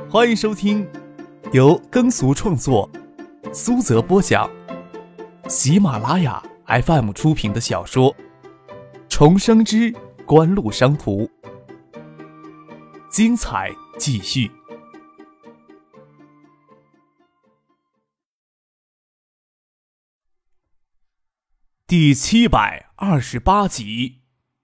欢迎收听由耕俗创作、苏泽播讲、喜马拉雅 FM 出品的小说《重生之官路商途》，精彩继续。第728集。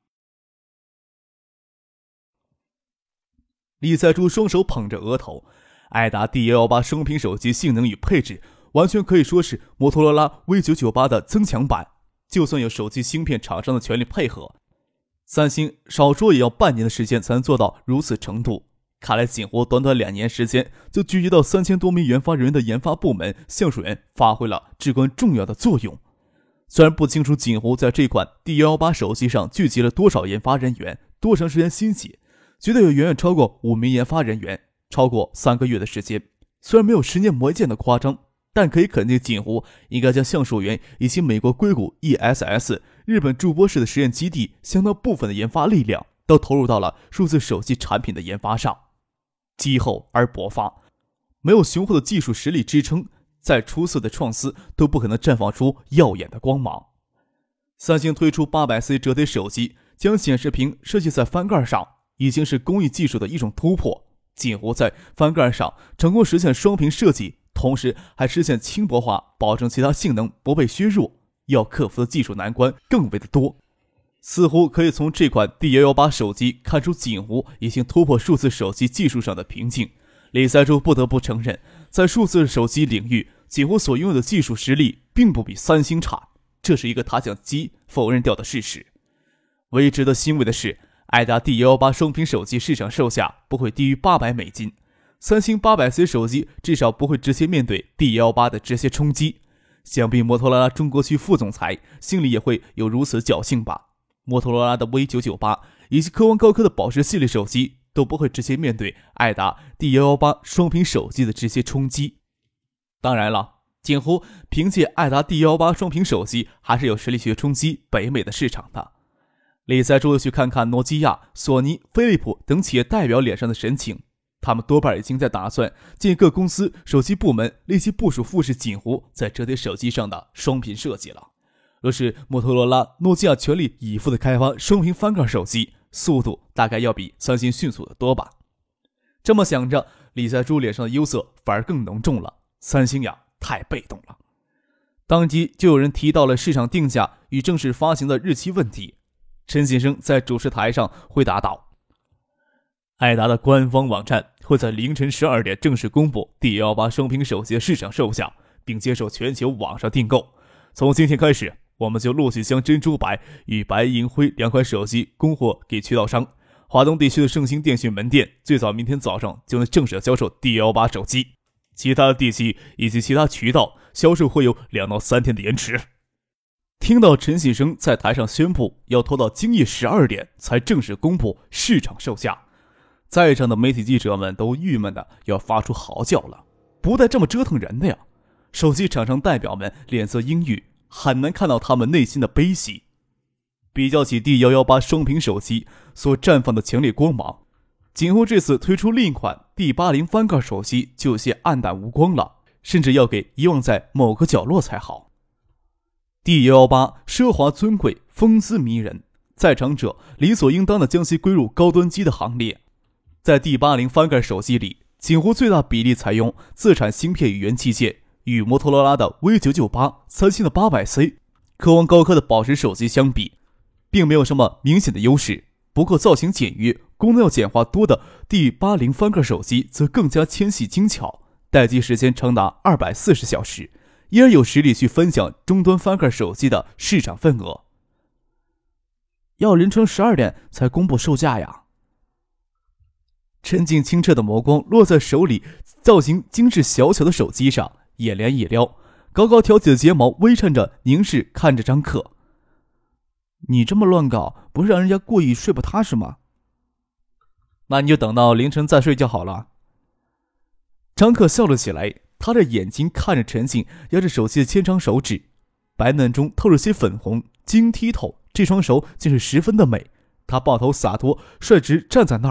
李在柱双手捧着额头，爱达 D118 双屏手机性能与配置完全可以说是摩托罗拉 V998 的增强版，就算有手机芯片厂商的全力配合，三星少说也要半年的时间才能做到如此程度。看来锦湖短短2年时间就聚集到3000多名研发人员的研发部门橡树园发挥了至关重要的作用。虽然不清楚锦湖在这款 D118 手机上聚集了多少研发人员，多长时间心血，觉得有远远超过5名研发人员，超过3个月的时间。虽然没有10年磨一剑的夸张，但可以肯定锦湖应该将橡树园以及美国硅谷 ESS、日本筑波市的实验基地相当部分的研发力量都投入到了数字手机产品的研发上。积厚而薄发，没有雄厚的技术实力支撑，再出色的创思都不可能绽放出耀眼的光芒。三星推出 800C 折叠手机，将显示屏设计在翻盖上，已经是工艺技术的一种突破。锦湖在翻盖上成功实现双屏设计，同时还实现轻薄化，保证其他性能不被削弱，要克服的技术难关更为的多。似乎可以从这款 D118 手机看出锦湖已经突破数字手机技术上的瓶颈。李在柱不得不承认，在数字手机领域，锦湖所拥有的技术实力并不比三星差，这是一个他将其否认掉的事实。唯一值得欣慰的是，爱达 D118 双屏手机市场售价不会低于$800，三星 800C 手机至少不会直接面对 D118 的直接冲击。想必摩托罗拉中国区副总裁心里也会有如此侥幸吧。摩托罗拉的 V998 以及科王高科的宝石系列手机都不会直接面对爱达 D118 双屏手机的直接冲击。当然了，锦湖凭借爱达 D118 双屏手机还是有实力去冲击北美的市场的。李在柱又去看看诺基亚、索尼、飞利浦等企业代表脸上的神情，他们多半已经在打算建议各公司手机部门立即部署富士锦湖在折叠手机上的双屏设计了。若是摩托罗拉、诺基亚全力以赴的开发双屏翻盖手机，速度大概要比三星迅速的多吧。这么想着，李在柱脸上的忧色反而更浓重了。三星呀，太被动了。当即就有人提到了市场定价与正式发行的日期问题。陈先生在主持台上回答道：爱达的官方网站会在凌晨12点正式公布 D118 双屏手机的市场售价，并接受全球网上订购。从今天开始，我们就陆续将珍珠白与白银灰2款手机供货给渠道商。华东地区的盛兴电讯门店最早明天早上就能正式销售 D118 手机，其他的地区以及其他渠道销售会有2到3天的延迟。听到陈喜生在台上宣布要拖到今夜12点才正式公布市场售价，在场的媒体记者们都郁闷的要发出嚎叫了，不带这么折腾人的呀！手机厂商代表们脸色阴郁，很难看到他们内心的悲喜。比较起 D118 双屏手机所绽放的强烈光芒，锦湖这次推出另一款 D80 翻盖手机就有些黯淡无光了，甚至要给遗忘在某个角落才好。D118 奢华尊贵，风姿迷人，在场者理所应当的将其归入高端机的行列。在 D80 翻盖手机里，锦湖最大比例采用自产芯片与元器件，与摩托罗拉的 V998、三星的 800C、科王高科的宝石手机相比，并没有什么明显的优势。不过造型简约、功能要简化多的 D80 翻盖手机则更加纤细精巧，待机时间长达240小时，依然有实力去分享终端翻盖手机的市场份额。要凌晨12点才公布售价呀。沉静清澈的眸光落在手里造型精致小巧的手机上，眼帘一撩，高高挑起的睫毛微颤着凝视看着张克。你这么乱搞，不是让人家故意睡不踏实吗？那你就等到凌晨再睡觉好了。张克笑了起来，他的眼睛看着陈静压着手机的纤长手指，白嫩中透着些粉红，晶剔透，这双手竟是十分的美。他抱头洒脱，率直站在那儿，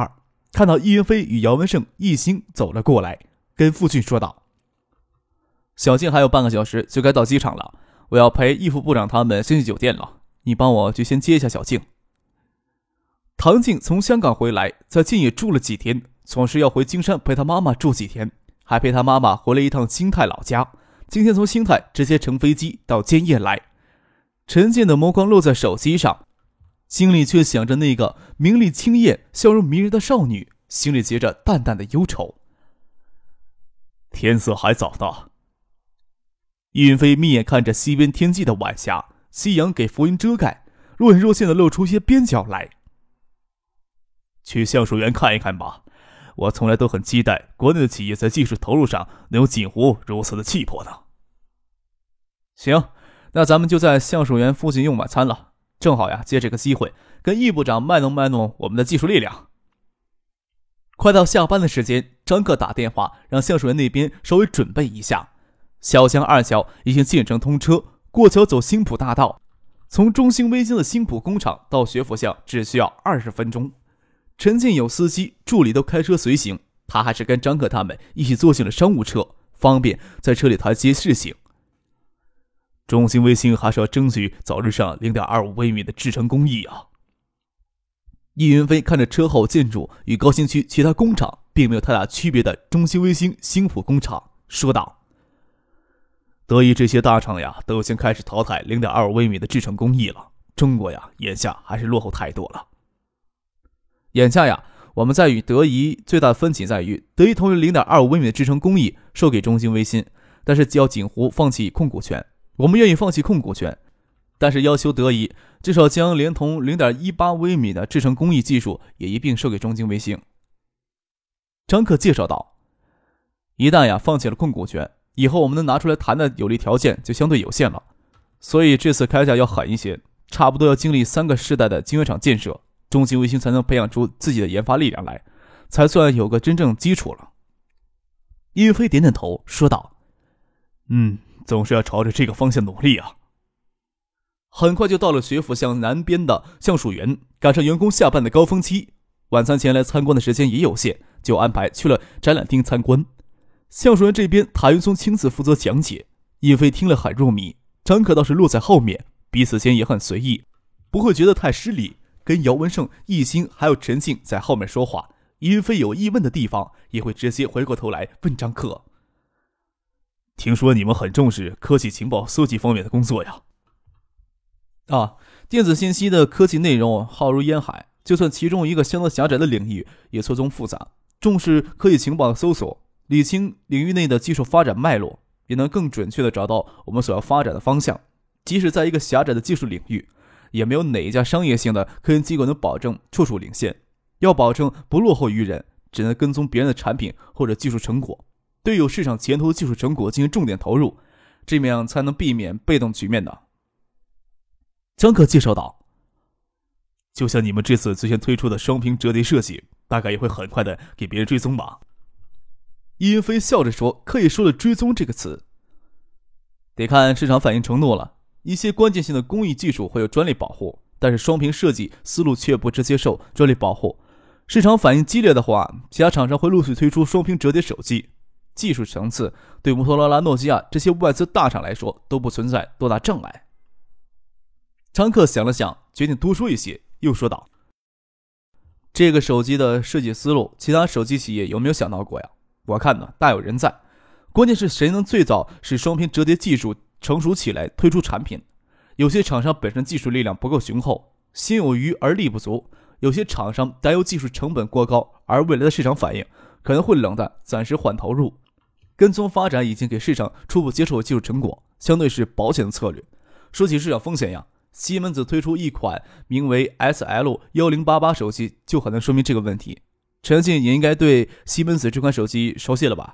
看到易云飞与姚文胜一行走了过来，跟傅俊说道：“小静还有半个小时就该到机场了，我要陪易副部长他们先去酒店了，你帮我去先接一下小静。”唐静从香港回来，在建业住了几天，总是要回金山陪他妈妈住几天，还陪他妈妈回了一趟兴泰老家。今天从兴泰直接乘飞机到建业来。陈静的目光落在手机上，心里却想着那个明丽清艳、笑容迷人的少女，心里结着淡淡的忧愁。 天色还早呢。 易云飞眯眼看着西边天际的晚霞，夕阳给浮云遮盖，若隐若现地露出些边角来。 去橡树园看一看吧，我从来都很期待国内的企业在技术投入上能有锦湖如此的气魄呢。 行，那咱们就在橡树园附近用晚餐了，正好呀，借这个机会跟易部长卖弄卖弄我们的技术力量。快到下班的时间，张克打电话让橡树园那边稍微准备一下。小江二桥已经建成通车，过桥走新浦大道，从中兴微星的新浦工厂到学府巷只需要20分钟。陈进有司机助理都开车随行，他还是跟张克他们一起坐进了商务车，方便在车里谈些事情。 中兴微星还是要争取早日上0.25微米的制程工艺啊。 易云飞看着车后建筑与高新区其他工厂并没有太大区别的中兴微星新浦工厂，说道：“ 德仪这些大厂呀，都已经开始淘汰0.25微米的制程工艺了。中国呀，眼下还是落后太多了。 眼下呀，我们在与德仪最大的分歧在于，德仪同意0.25微米的制程工艺授给中兴微星，但是要锦湖放弃控股权。我们愿意放弃控股权，但是要求德仪至少将连同0.18微米的制程工艺技术也一并授给中兴微星。”张克介绍道：“一旦呀放弃了控股权，以后我们能拿出来谈的有利条件就相对有限了，所以这次开价要狠一些，差不多要经历3个世代的晶圆厂建设，中兴微星才能培养出自己的研发力量来，才算有个真正基础了。”易云飞点点头说道：“ 总是要朝着这个方向努力啊。” 很快就到了学府巷南边的橡树园，赶上员工下班的高峰期，晚餐前来参观的时间也有限，就安排去了展览厅参观。橡树园这边塔云松亲自负责讲解，叶飞听了很入迷，张可倒是落在后面，彼此间也很随意，不会觉得太失礼，跟姚文胜、易兴还有陈静在后面说话，叶飞有疑问的地方也会直接回过头来问张可：“ 听说你们很重视科技情报搜集方面的工作呀？”“ 电子信息的科技内容浩如烟海，就算其中一个相当狭窄的领域也错综复杂，重视科技情报的搜索，理清领域内的技术发展脉络，也能更准确地找到我们所要发展的方向。即使在一个狭窄的技术领域，也没有哪一家商业性的科研机构能保证处处领先。要保证不落后于人，只能跟踪别人的产品或者技术成果，对有市场前途的技术成果进行重点投入，这样才能避免被动局面的。”张可介绍道：“ 就像你们这次最先推出的双屏折叠设计，大概也会很快的给别人追踪吧？” 易云飞笑着说：“可以说了追踪这个词，得看市场反应承诺了。一些关键性的工艺技术会有专利保护，但是双屏设计思路却不直接受专利保护。市场反应激烈的话，其他厂商会陆续推出双屏折叠手机。技术层次对摩托罗拉、诺基亚这些外资大厂来说都不存在多大障碍。”张克想了想，决定多说一些，又说道：“这个手机的设计思路，其他手机企业有没有想到过呀？我看呢，大有人在。关键是谁能最早使双屏折叠技术成熟起来，推出产品？有些厂商本身技术力量不够雄厚，心有余而力不足；有些厂商担忧技术成本过高，而未来的市场反应可能会冷淡，暂时缓投入。跟踪发展已经给市场初步接受的技术成果，相对是保险的策略。说起市场风险呀，西门子推出一款名为 SL1088 手机，就很能说明这个问题。陈静也应该对西门子这款手机熟悉了吧？”“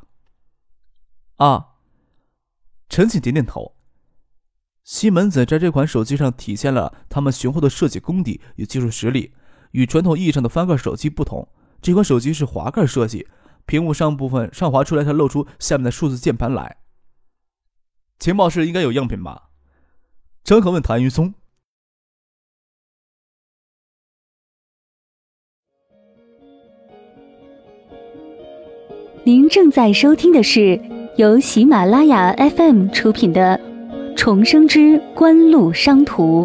陈静点点头。西门子在这款手机上体现了他们雄厚的设计功底与技术实力。与传统意义上的翻盖手机不同，这款手机是滑盖设计，屏幕上部分上滑出来，才露出下面的数字键盘来。”“情报室应该有样品吧？”张可问谭云松。 您正在收听的是由喜马拉雅 FM 出品的《重生之官路商途》。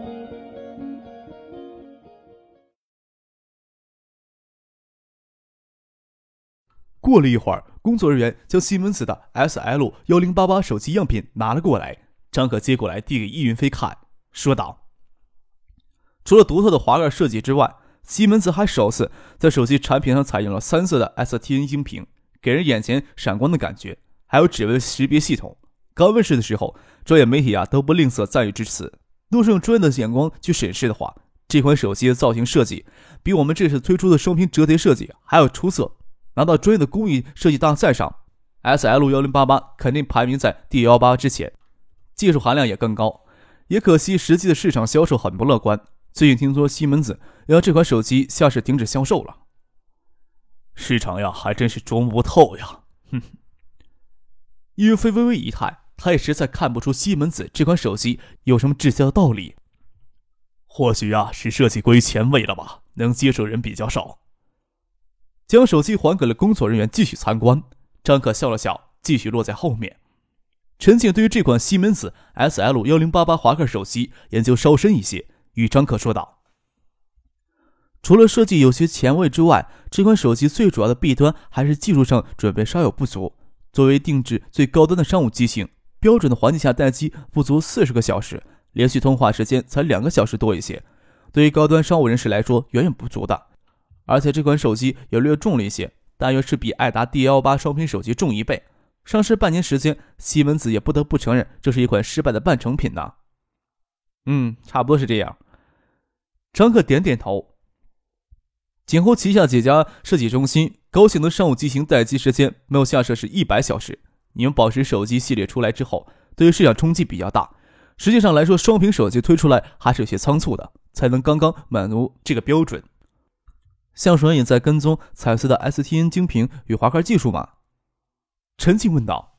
过了一会儿，工作人员将西门子的 SL1088 手机样品拿了过来。张可接过来递给易云飞看，说道：除了独特的滑盖设计之外，西门子还首次在手机产品上采用了3色的 STN 晶屏，给人眼前闪光的感觉，还有指纹识别系统。刚问世的时候，专业媒体都不吝啬赞誉之词。若是用专业的眼光去审视的话，这款手机的造型设计比我们这次推出的双屏折叠设计还要出色。拿到专业的工艺设计大赛上， SL1088 肯定排名在 D18 之前，技术含量也更高。也可惜实际的市场销售很不乐观，最近听说西门子要这款手机下市停止销售了。 市场呀，还真是琢磨不透呀。 哼。易云飞微微一叹，他也实在看不出西门子这款手机有什么滞销的道理。 或许是设计过于前卫了吧，能接受人比较少。 将手机还给了工作人员继续参观，张可笑了笑，继续落在后面。陈静对于这款西门子 SL1088 滑盖手机研究稍深一些，与张可说道：除了设计有些前卫之外，这款手机最主要的弊端还是技术上准备稍有不足。作为定制最高端的商务机型，标准的环境下待机不足40个小时，连续通话时间才2个小时多一些，对于高端商务人士来说远远不足的。而且这款手机也略重了一些，大约是比爱达 D18 双屏手机重1倍。上市半年时间，西门子也不得不承认这是一款失败的半成品呢。差不多是这样。张可点点头。景湖旗下几家设计中心，高性能商务机型待机时间没有下设是100小时。你们宝石手机系列出来之后，对于市场冲击比较大。实际上来说，双屏手机推出来还是有些仓促的，才能刚刚满足这个标准。橡树园也在跟踪彩色的 STN 晶屏与滑盖技术吗？陈静问道。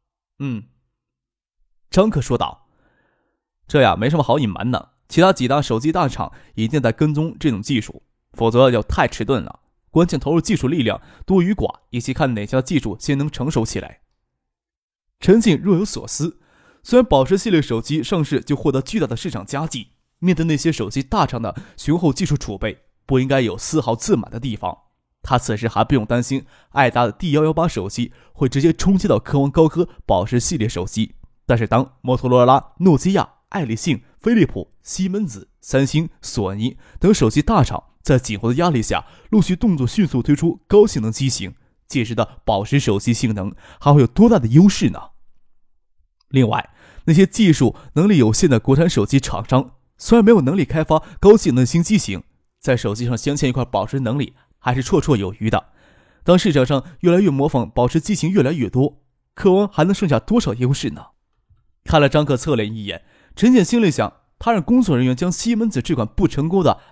张可说道。这没什么好隐瞒的，其他几大手机大厂一定在跟踪这种技术，否则要太迟钝了。关键投入技术力量多与寡，以及看哪家技术先能成熟起来。陈静若有所思，虽然宝石系列手机上市就获得巨大的市场佳绩，面对那些手机大厂的雄厚技术储备，不应该有丝毫自满的地方。他此时还不用担心爱达的 D118 手机会直接冲击到科王高科宝石系列手机，但是当摩托罗拉、诺基亚、爱立信、飞利浦、西门子、三星、索尼等手机大厂在景湖的压力下陆续动作迅速推出高性能机型，届时的宝石手机性能还会有多大的优势呢？另外，那些技术能力有限的国产手机厂商，虽然没有能力开发高性能新机型，在手机上镶嵌一块宝石能力还是绰绰有余的。当市场上越来越模仿宝石机型越来越多，科王还能剩下多少优势呢？看了张可侧脸一眼，陈简心里想，他让工作人员将西门子这款不成功的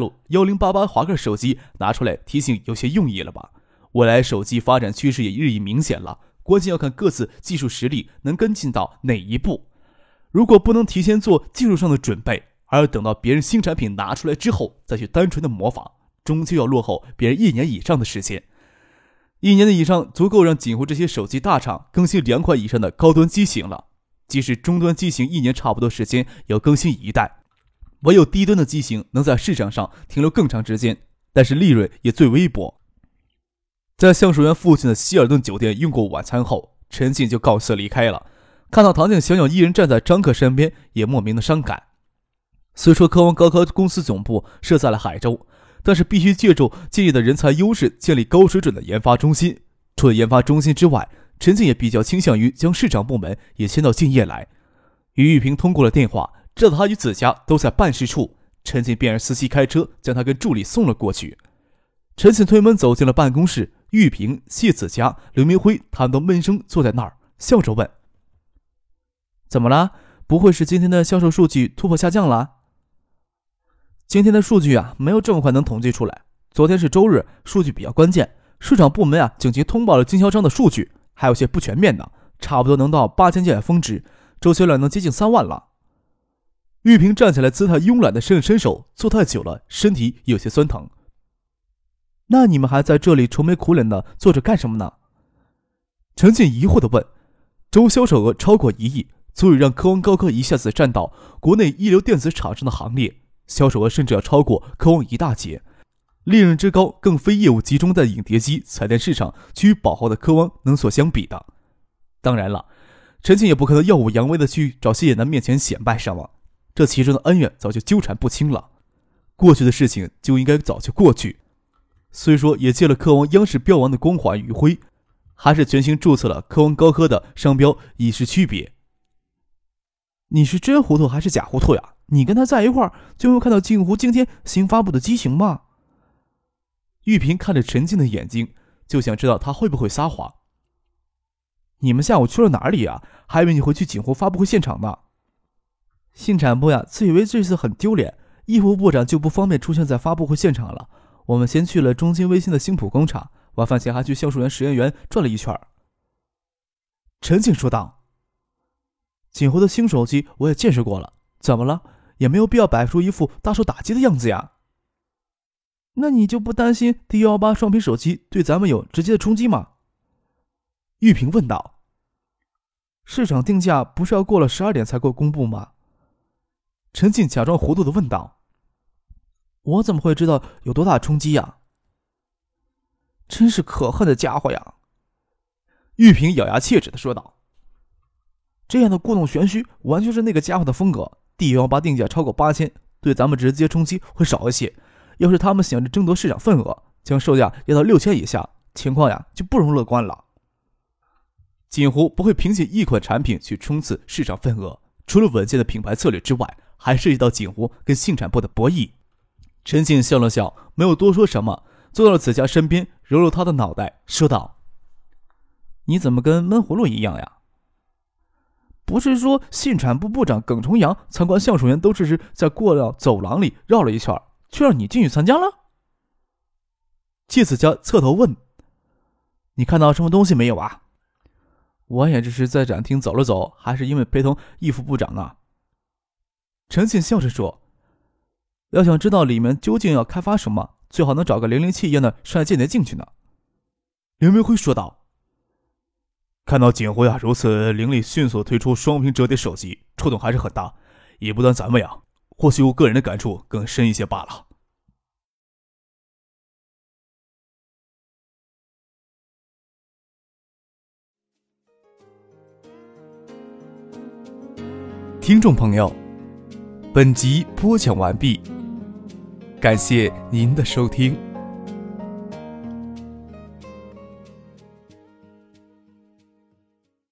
SL1088 滑盖手机拿出来提醒有些用意了吧？未来手机发展趋势也日益明显了，关键要看各自技术实力能跟进到哪一步。如果不能提前做技术上的准备，而等到别人新产品拿出来之后再去单纯的模仿，终究要落后别人1年以上的时间。1年的以上足够让景湖这些手机大厂更新2款以上的高端机型了。即使终端机型1年差不多时间要更新1代，唯有低端的机型能在市场上停留更长时间，但是利润也最微薄。在橡树园附近的希尔顿酒店用过晚餐后，陈静就告辞离开了。看到唐静小鸟一人站在张可身边，也莫名的伤感。虽说科王高科公司总部设在了海州，但是必须借助建业的人才优势建立高水准的研发中心。除了研发中心之外，陈静也比较倾向于将市场部门也迁到建业来。与玉萍通过了电话，知道他与子佳都在办事处，陈静便让司机开车将他跟助理送了过去。陈静推门走进了办公室，玉萍、谢子佳、刘明辉他们都闷声坐在那儿，笑着问：怎么了？不会是今天的销售数据突破下降了？今天的数据没有这么快能统计出来。昨天是周日，数据比较关键，市场部门紧急通报了经销商的数据，还有些不全面的，差不多能到8000件峰值，周销量能接近3万了。玉萍站起来，姿态慵懒的伸了伸手，坐太久了，身体有些酸疼。那你们还在这里愁眉苦脸的坐着干什么呢？ 陈静疑惑地问，周销售额超过1亿，足以让科王高科一下子站到国内一流电子厂商的行列，销售额甚至要超过科王1大截，利润之高更非业务集中在影碟机、彩电市场趋于饱和的科王能所相比的。当然了，陈静也不可能耀武扬威地去找谢野男面前显摆上了，这其中的恩怨早就纠缠不清了，过去的事情就应该早就过去。虽说也借了科王央视标王的光环余晖，还是全新注册了科王高科的商标以示区别。你是真糊涂还是假糊涂呀？你跟他在一块儿，就会看到镜湖今天新发布的机型吗？玉萍看着陈静的眼睛，就想知道他会不会撒谎。你们下午去了哪里呀？还以为你会去景湖发布会现场呢。信产部呀，自以为这次很丢脸，义务部长就不方便出现在发布会现场了。我们先去了中金微星的新浦工厂，晚饭前还去橡树园实验园转了一圈。陈静说道。景湖的新手机我也见识过了，怎么了？也没有必要摆出一副大手打击的样子呀。那你就不担心 D118 双屏手机对咱们有直接的冲击吗？玉萍问道。市场定价不是要过了12点才够公布吗？陈静假装糊涂地问道。我怎么会知道有多大冲击呀？真是可恨的家伙呀！玉萍咬牙切齿地说道。这样的故弄玄虚完全是那个家伙的风格。D118 定价超过8000，对咱们直接冲击会少一些，要是他们想着争夺市场份额，将售价压到6000以下，情况呀就不容乐观了。锦湖不会凭借一款产品去冲刺市场份额，除了稳健的品牌策略之外，还涉及到锦湖跟信产部的博弈。陈静笑了笑，没有多说什么，坐到了子佳身边，揉揉他的脑袋，说道：你怎么跟闷葫芦一样呀？不是说信产部部长耿重阳参观橡树园都只是在过道走廊里绕了一圈，却让你进去参加了？谢子佳侧头问：你看到什么东西没有啊？我也只是在展厅走了走，还是因为陪同义副部长呢。陈静笑着说：要想知道里面究竟要开发什么，最好能找个007一样的商业间谍进去呢。刘明辉说道。看到景湖呀如此凌厉迅速推出双屏折叠手机，触动还是很大，也不单咱们呀，或许我个人的感触更深一些罢了。听众朋友，本集播讲完毕，感谢您的收听。